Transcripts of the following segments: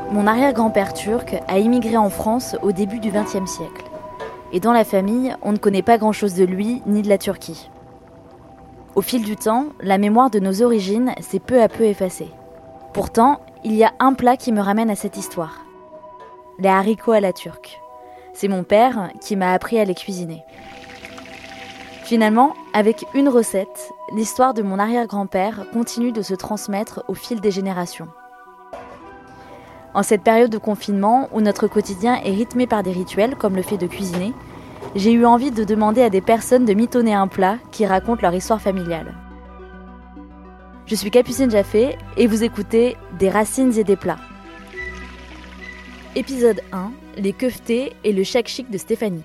Mon arrière-grand-père turc a immigré en France au début du XXe siècle. Et dans la famille, on ne connaît pas grand-chose de lui ni de la Turquie. Au fil du temps, la mémoire de nos origines s'est peu à peu effacée. Pourtant, il y a un plat qui me ramène à cette histoire. Les haricots à la turque. C'est mon père qui m'a appris à les cuisiner. Finalement, avec une recette, l'histoire de mon arrière-grand-père continue de se transmettre au fil des générations. En cette période de confinement, où notre quotidien est rythmé par des rituels comme le fait de cuisiner, j'ai eu envie de demander à des personnes de mitonner un plat qui raconte leur histoire familiale. Je suis Capucine Jaffé et vous écoutez Des racines et des plats. Épisode 1, les keftés et le chakchik de Stéphanie.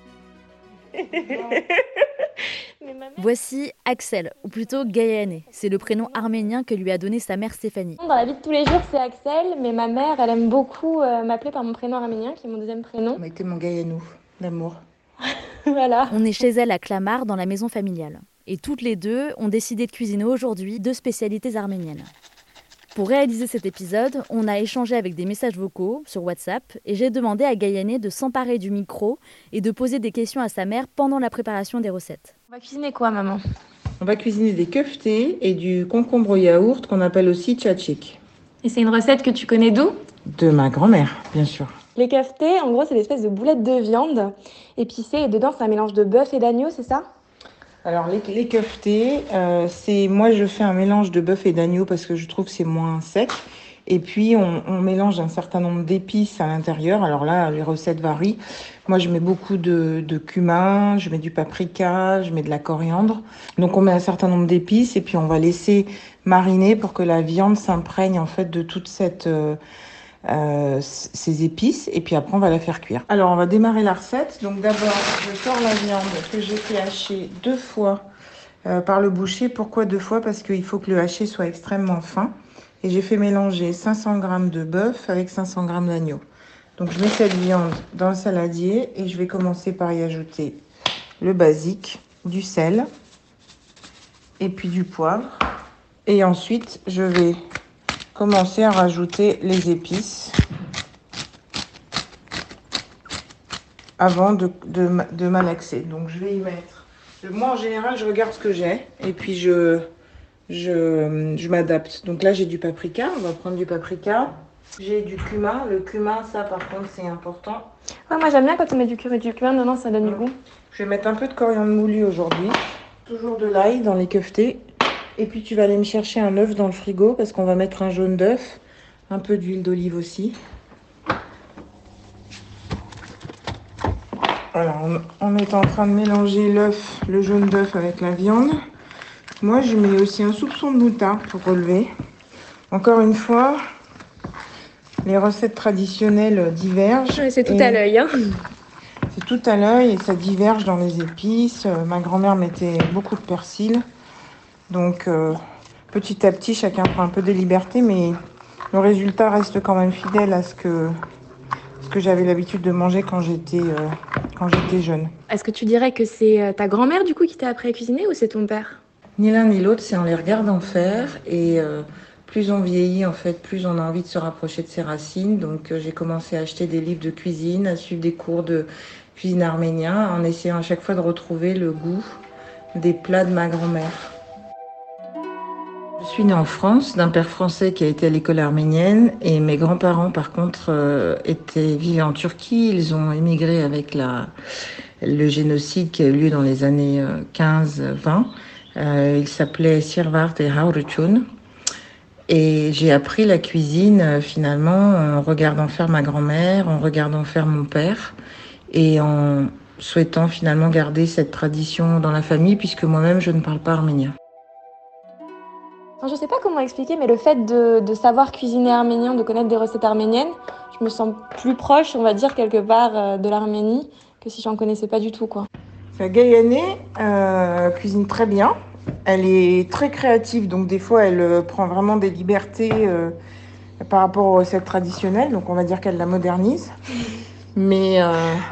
Voici Axel, ou plutôt Gayané. C'est le prénom arménien que lui a donné sa mère Stéphanie. Dans la vie de tous les jours, c'est Axel, mais ma mère, elle aime beaucoup m'appeler par mon prénom arménien, qui est mon deuxième prénom. On a été mon Gayanou, l'amour. Voilà. On est chez elle à Clamart, dans la maison familiale. Et toutes les deux ont décidé de cuisiner aujourd'hui 2 spécialités arméniennes. Pour réaliser cet épisode, on a échangé avec des messages vocaux sur WhatsApp et j'ai demandé à Gayané de s'emparer du micro et de poser des questions à sa mère pendant la préparation des recettes. On va cuisiner quoi, maman ? On va cuisiner des keftés et du concombre au yaourt qu'on appelle aussi tchatchik. Et c'est une recette que tu connais d'où ? De ma grand-mère, bien sûr. Les keftés, en gros, c'est l'espèce de boulette de viande épicée et dedans, c'est un mélange de bœuf et d'agneau, c'est ça ? Alors les keftés, moi je fais un mélange de bœuf et d'agneau parce que je trouve que c'est moins sec. Et puis on mélange un certain nombre d'épices à l'intérieur. Alors là, les recettes varient. Moi je mets beaucoup de cumin, je mets du paprika, je mets de la coriandre. Donc on met un certain nombre d'épices et puis on va laisser mariner pour que la viande s'imprègne en fait de toute ces épices et puis après on va la faire cuire. Alors on va démarrer la recette. Donc d'abord je sors la viande que j'ai fait hacher 2 fois par le boucher. Pourquoi 2 fois ? Parce qu'il faut que le haché soit extrêmement fin. Et j'ai fait mélanger 500 g de bœuf avec 500 g d'agneau. Donc je mets cette viande dans le saladier et je vais commencer par y ajouter le basique, du sel et puis du poivre. Et ensuite je vais commencer à rajouter les épices avant de malaxer. Donc je vais y mettre. Moi en général je regarde ce que j'ai et puis je m'adapte. Donc là j'ai du paprika, on va prendre du paprika. J'ai du cumin. Le cumin, ça par contre c'est important. Ouais, moi j'aime bien quand on met du cumin dedans, ça donne du goût. Je vais mettre un peu de coriandre moulu aujourd'hui. Toujours de l'ail dans les keftés. Et puis tu vas aller me chercher un œuf dans le frigo parce qu'on va mettre un jaune d'œuf. Un peu d'huile d'olive aussi. Voilà, on est en train de mélanger le jaune d'œuf avec la viande. Moi, je mets aussi un soupçon de moutarde pour relever. Encore une fois, les recettes traditionnelles divergent. Ouais, c'est tout à l'œil, hein. C'est tout à l'œil et ça diverge dans les épices. Ma grand-mère mettait beaucoup de persil. Donc, petit à petit, chacun prend un peu des libertés, mais le résultat reste quand même fidèle à ce que j'avais l'habitude de manger quand j'étais jeune. Est-ce que tu dirais que c'est ta grand-mère, du coup, qui t'a appris à cuisiner ou c'est ton père ? Ni l'un ni l'autre, c'est en les regardant faire et plus on vieillit, en fait, plus on a envie de se rapprocher de ses racines. Donc j'ai commencé à acheter des livres de cuisine, à suivre des cours de cuisine arménien en essayant à chaque fois de retrouver le goût des plats de ma grand-mère. Je suis née en France d'un père français qui a été à l'école arménienne et mes grands-parents par contre vivaient en Turquie. Ils ont émigré avec le génocide qui a eu lieu dans les années 15-20. Il s'appelait Sirvart et Hauruchun. Et j'ai appris la cuisine finalement en regardant faire ma grand-mère, en regardant faire mon père et en souhaitant finalement garder cette tradition dans la famille puisque moi-même je ne parle pas arménien. Je sais pas comment expliquer, mais le fait de savoir cuisiner arménien, de connaître des recettes arméniennes, je me sens plus proche, on va dire, quelque part de l'Arménie que si j'en connaissais pas du tout, quoi. Gayané cuisine très bien. Elle est très créative, donc des fois elle prend vraiment des libertés par rapport aux recettes traditionnelles, donc on va dire qu'elle la modernise. Mais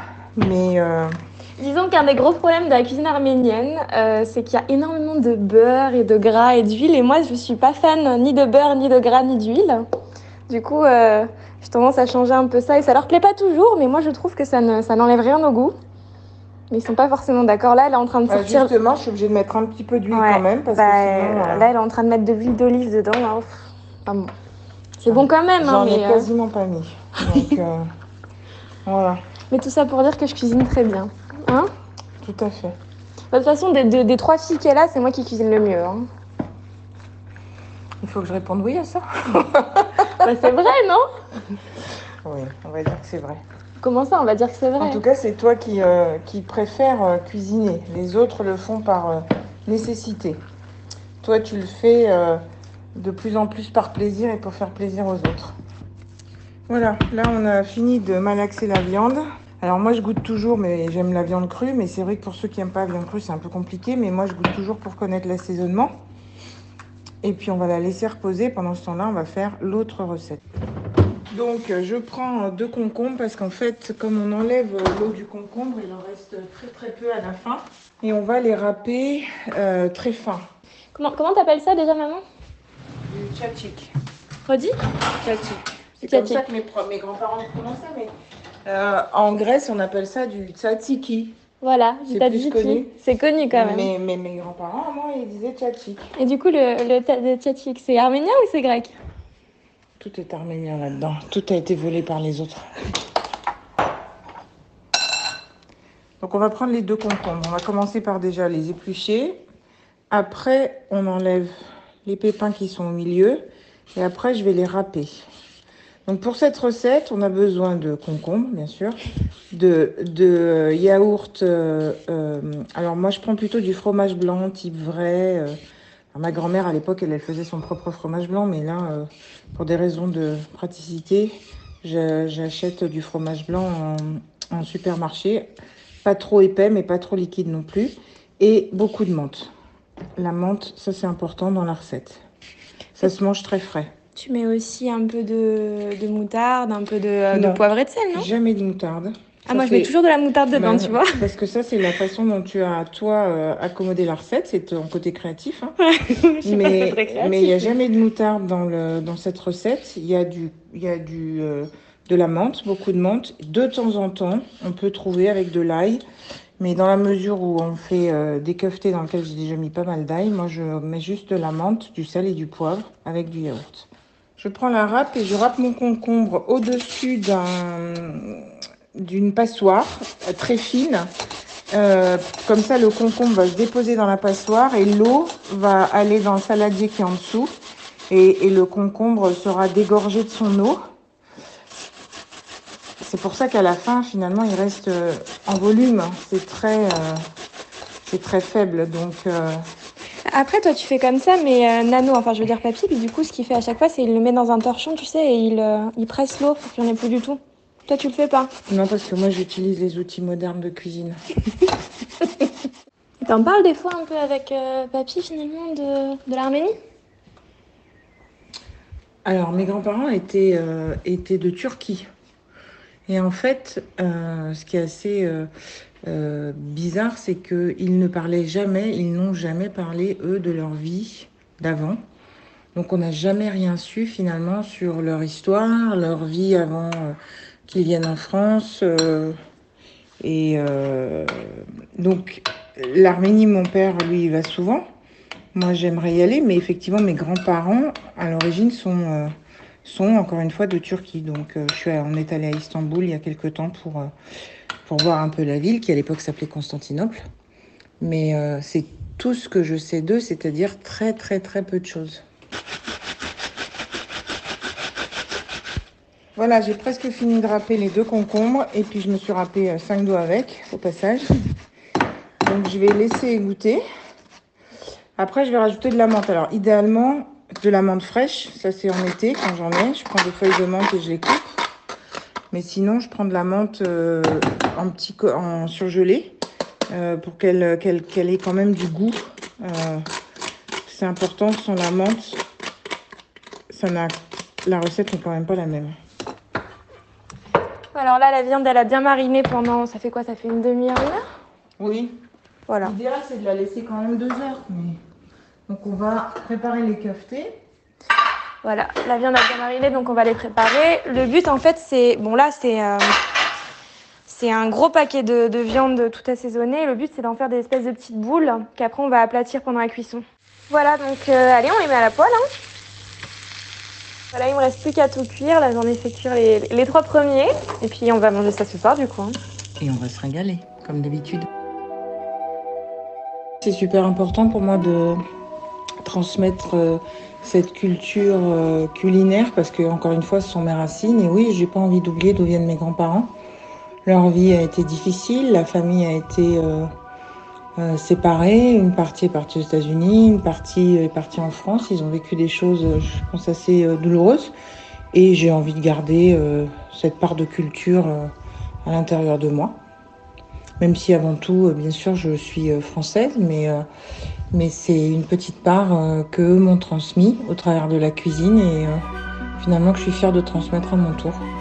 Disons qu'un des gros problèmes de la cuisine arménienne, c'est qu'il y a énormément de beurre et de gras et d'huile. Et moi, je suis pas fan ni de beurre, ni de gras, ni d'huile. Du coup, j'ai tendance à changer un peu ça et ça leur plaît pas toujours, mais moi je trouve que ça n'enlève rien au goût. Mais ils sont pas forcément d'accord. Là, elle est en train de sortir. Justement, je suis obligée de mettre un petit peu d'huile quand même parce que sinon. Là, elle est en train de mettre de l'huile d'olive dedans. Là. Enfin, bon. C'est bon quand même. J'en ai mais, quasiment pas mis. Donc voilà. Mais tout ça pour dire que je cuisine très bien. Hein? Tout à fait. De toute façon, des 3 filles qu'elle a, c'est moi qui cuisine le mieux. Hein. Il faut que je réponde oui à ça. C'est vrai, non? Oui, on va dire que c'est vrai. Comment ça, on va dire que c'est vrai? En tout cas, c'est toi qui préfères cuisiner. Les autres le font par nécessité. Toi, tu le fais de plus en plus par plaisir et pour faire plaisir aux autres. Voilà, là, on a fini de malaxer la viande. Alors moi, je goûte toujours, mais j'aime la viande crue. Mais c'est vrai que pour ceux qui n'aiment pas la viande crue, c'est un peu compliqué. Mais moi, je goûte toujours pour connaître l'assaisonnement. Et puis, on va la laisser reposer. Pendant ce temps-là, on va faire l'autre recette. Donc, je prends 2 concombres parce qu'en fait, comme on enlève l'eau du concombre, il en reste très très peu à la fin. Et on va les râper très fins. Comment t'appelles ça déjà, maman? Du tchatchik. Redis? Tchatchik. C'est comme ça que mes grands-parents le prononçaient, mais en Grèce, on appelle ça du tzatziki. Voilà, c'est plus connu. C'est connu quand même. Mais mes grands-parents, moi, ils disaient tchatchik. Et du coup, le tchatchik, c'est arménien ou c'est grec? Tout est arménien là-dedans. Tout a été volé par les autres. Donc, on va prendre les 2 concombres. On va commencer par déjà les éplucher. Après, on enlève les pépins qui sont au milieu. Et après, je vais les râper. Donc, pour cette recette, on a besoin de concombres, bien sûr. De yaourt. Alors, moi, je prends plutôt du fromage blanc, type vrai. Ma grand-mère, à l'époque, elle faisait son propre fromage blanc. Mais là, pour des raisons de praticité, j'achète du fromage blanc en supermarché. Pas trop épais, mais pas trop liquide non plus. Et beaucoup de menthe. La menthe, ça, c'est important dans la recette. Ça se mange très frais. Tu mets aussi un peu de moutarde, un peu de poivre et de sel, non? Jamais de moutarde. Ah, moi, je mets toujours de la moutarde dedans, tu vois. Parce que ça, c'est la façon dont tu as, toi, accommodé la recette. C'est ton côté créatif. Hein. Mais il n'y a jamais de moutarde dans cette recette. Il y a de la menthe, beaucoup de menthe. De temps en temps, on peut trouver avec de l'ail. Mais dans la mesure où on fait des keftés dans lesquels j'ai déjà mis pas mal d'ail, moi, je mets juste de la menthe, du sel et du poivre avec du yaourt. Je prends la râpe et je râpe mon concombre au-dessus d'une passoire très fine. Comme ça, le concombre va se déposer dans la passoire et l'eau va aller dans le saladier qui est en dessous. Et le concombre sera dégorgé de son eau. C'est pour ça qu'à la fin, finalement, il reste en volume. C'est très faible. Donc, Après, toi, tu fais comme ça, mais Nano, enfin, je veux dire papy, puis du coup, ce qu'il fait à chaque fois, c'est qu'il le met dans un torchon, tu sais, et il presse l'eau pour qu'il n'y en ait plus du tout. Toi, tu le fais pas? Non, parce que moi, j'utilise les outils modernes de cuisine. T'en parles des fois un peu avec papy, finalement, de l'Arménie? Alors, mes grands-parents étaient de Turquie. Et en fait, ce qui est assez bizarre, c'est qu'ils ne parlaient jamais, ils n'ont jamais parlé, eux, de leur vie d'avant. Donc, on n'a jamais rien su, finalement, sur leur histoire, leur vie avant qu'ils viennent en France. Donc, l'Arménie, mon père, lui, il va souvent. Moi, j'aimerais y aller, mais effectivement, mes grands-parents, à l'origine, sont encore une fois de Turquie. Donc, on est allé à Istanbul il y a quelques temps pour voir un peu la ville, qui à l'époque s'appelait Constantinople. Mais c'est tout ce que je sais d'eux, c'est-à-dire très, très, très peu de choses. Voilà, j'ai presque fini de râper les 2 concombres et puis je me suis râpé 5 doigts avec, au passage. Donc, je vais laisser égoutter. Après, je vais rajouter de la menthe. Alors, idéalement, de la menthe fraîche. Ça, c'est en été, quand j'en ai. Je prends des feuilles de menthe et je les coupe. Mais sinon, je prends de la menthe en surgelé pour qu'elle ait quand même du goût. C'est important, sans la menthe, la recette n'est quand même pas la même. Alors là, la viande, elle a bien mariné pendant, ça fait quoi? Ça fait une demi-heure, 1 heure? Oui. Voilà. L'idéal, c'est de la laisser quand même 2 heures. Donc, on va préparer les keftés. Voilà, la viande a bien mariné, donc on va les préparer. Le but, en fait, c'est... Bon, là, c'est un gros paquet de viande tout assaisonnée. Le but, c'est d'en faire des espèces de petites boules qu'après, on va aplatir pendant la cuisson. Voilà, donc allez, on les met à la poêle. Hein. Voilà, il me reste plus qu'à tout cuire. Là, j'en ai fait cuire les 3 premiers. Et puis, on va manger ça ce soir, du coup. Hein. Et on va se régaler, comme d'habitude. C'est super important pour moi de transmettre cette culture culinaire parce que, encore une fois, ce sont mes racines. Et oui, j'ai pas envie d'oublier d'où viennent mes grands-parents. Leur vie a été difficile, la famille a été séparée. Une partie est partie aux États-Unis, une partie est partie en France. Ils ont vécu des choses, je pense, assez douloureuses. Et j'ai envie de garder cette part de culture à l'intérieur de moi. Même si avant tout, bien sûr, je suis française, mais c'est une petite part qu'eux m'ont transmis au travers de la cuisine et finalement que je suis fière de transmettre à mon tour.